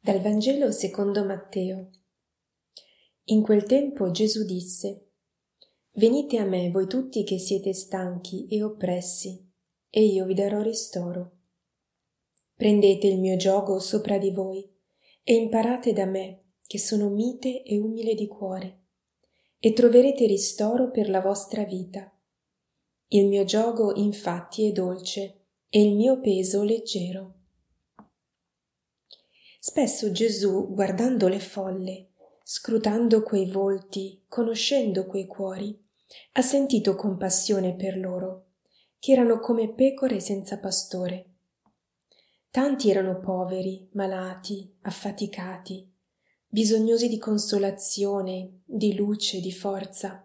Dal Vangelo secondo Matteo. In quel tempo Gesù disse: Venite a me voi tutti che siete stanchi e oppressi, e io vi darò ristoro. Prendete il mio giogo sopra di voi e imparate da me, che sono mite e umile di cuore, e troverete ristoro per la vostra vita. Il mio giogo infatti è dolce e il mio peso leggero. Spesso Gesù, guardando le folle, scrutando quei volti, conoscendo quei cuori, ha sentito compassione per loro, che erano come pecore senza pastore. Tanti erano poveri, malati, affaticati, bisognosi di consolazione, di luce, di forza.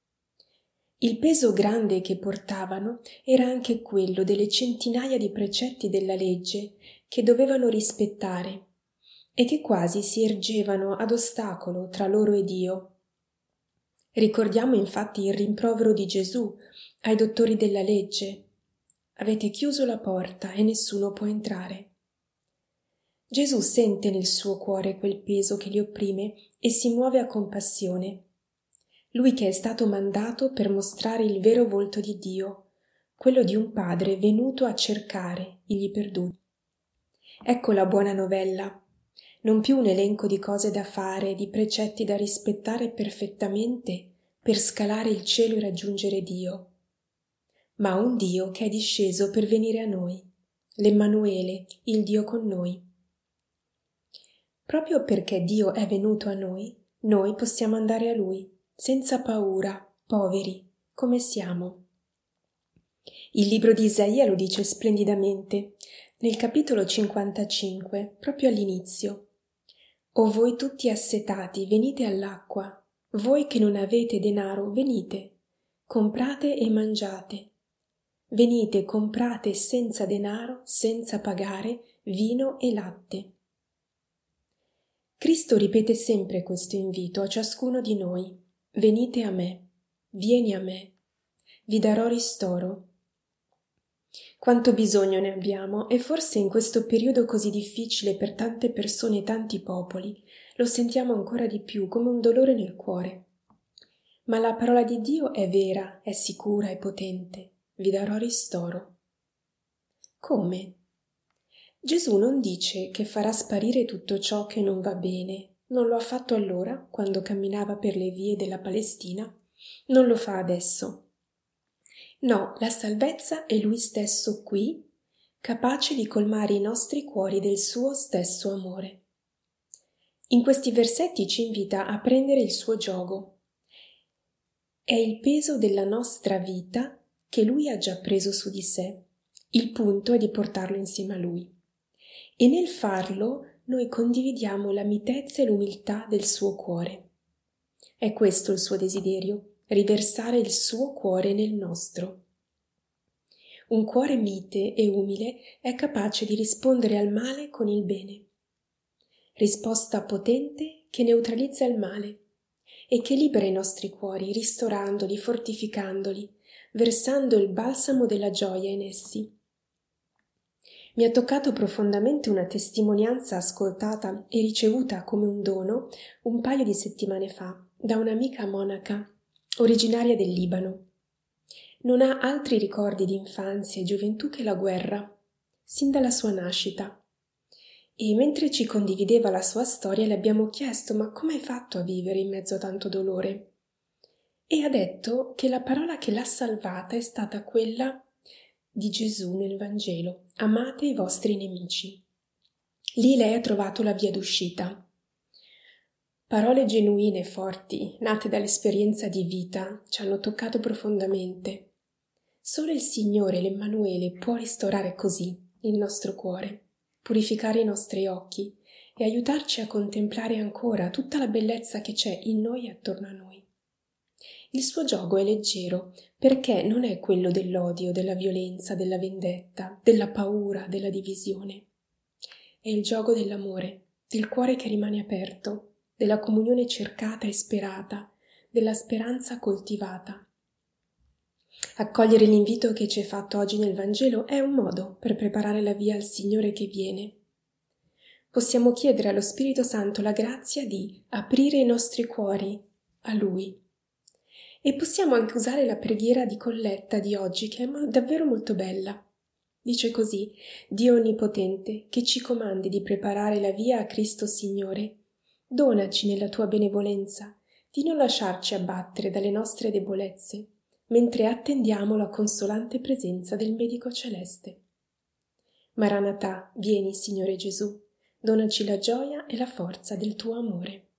Il peso grande che portavano era anche quello delle centinaia di precetti della legge che dovevano rispettare e che quasi si ergevano ad ostacolo tra loro e Dio. Ricordiamo infatti il rimprovero di Gesù ai dottori della legge: avete chiuso la porta e nessuno può entrare. Gesù sente nel suo cuore quel peso che li opprime e si muove a compassione. Lui che è stato mandato per mostrare il vero volto di Dio, quello di un padre venuto a cercare i perduti. Ecco la buona novella. Non più un elenco di cose da fare, di precetti da rispettare perfettamente per scalare il cielo e raggiungere Dio, ma un Dio che è disceso per venire a noi, l'Emmanuele, il Dio con noi. Proprio perché Dio è venuto a noi possiamo andare a Lui, senza paura, poveri, come siamo. Il libro di Isaia lo dice splendidamente, nel capitolo 55, proprio all'inizio. O voi tutti assetati, venite all'acqua, voi che non avete denaro, venite, comprate e mangiate. Venite, comprate senza denaro, senza pagare, vino e latte. Cristo ripete sempre questo invito a ciascuno di noi. Venite a me, vieni a me, vi darò ristoro. Quanto bisogno ne abbiamo, e forse in questo periodo così difficile per tante persone e tanti popoli lo sentiamo ancora di più come un dolore nel cuore. Ma la parola di Dio è vera, è sicura e potente. Vi darò ristoro. Come? Gesù non dice che farà sparire tutto ciò che non va bene. Non lo ha fatto allora, quando camminava per le vie della Palestina. Non lo fa adesso. No, la salvezza è Lui stesso qui, capace di colmare i nostri cuori del suo stesso amore. In questi versetti ci invita a prendere il suo giogo. È il peso della nostra vita che Lui ha già preso su di sé. Il punto è di portarlo insieme a Lui. E nel farlo noi condividiamo la mitezza e l'umiltà del suo cuore. È questo il suo desiderio, riversare il suo cuore nel nostro. Un cuore mite e umile è capace di rispondere al male con il bene. Risposta potente che neutralizza il male e che libera i nostri cuori, ristorandoli, fortificandoli, versando il balsamo della gioia in essi. Mi ha toccato profondamente una testimonianza ascoltata e ricevuta come un dono un paio di settimane fa da un'amica monaca originaria del Libano. Non ha altri ricordi di infanzia e gioventù che la guerra, sin dalla sua nascita. E mentre ci condivideva la sua storia le abbiamo chiesto: ma come hai fatto a vivere in mezzo a tanto dolore? E ha detto che la parola che l'ha salvata è stata quella di Gesù nel Vangelo: amate i vostri nemici. Lì lei ha trovato la via d'uscita. Parole genuine e forti, nate dall'esperienza di vita, ci hanno toccato profondamente. Solo il Signore, l'Emmanuele, può ristorare così il nostro cuore, purificare i nostri occhi e aiutarci a contemplare ancora tutta la bellezza che c'è in noi e attorno a noi. Il suo giogo è leggero perché non è quello dell'odio, della violenza, della vendetta, della paura, della divisione. È il giogo dell'amore, del cuore che rimane aperto, della comunione cercata e sperata, della speranza coltivata. Accogliere l'invito che ci è fatto oggi nel Vangelo è un modo per preparare la via al Signore che viene. possiamo chiedere allo Spirito Santo la grazia di aprire i nostri cuori a Lui. E possiamo anche usare la preghiera di colletta di oggi, che è davvero molto bella. Dice così: Dio Onnipotente, che ci comandi di preparare la via a Cristo Signore, donaci nella tua benevolenza di non lasciarci abbattere dalle nostre debolezze, mentre attendiamo la consolante presenza del Medico Celeste. Maranatà, vieni, Signore Gesù, donaci la gioia e la forza del tuo amore.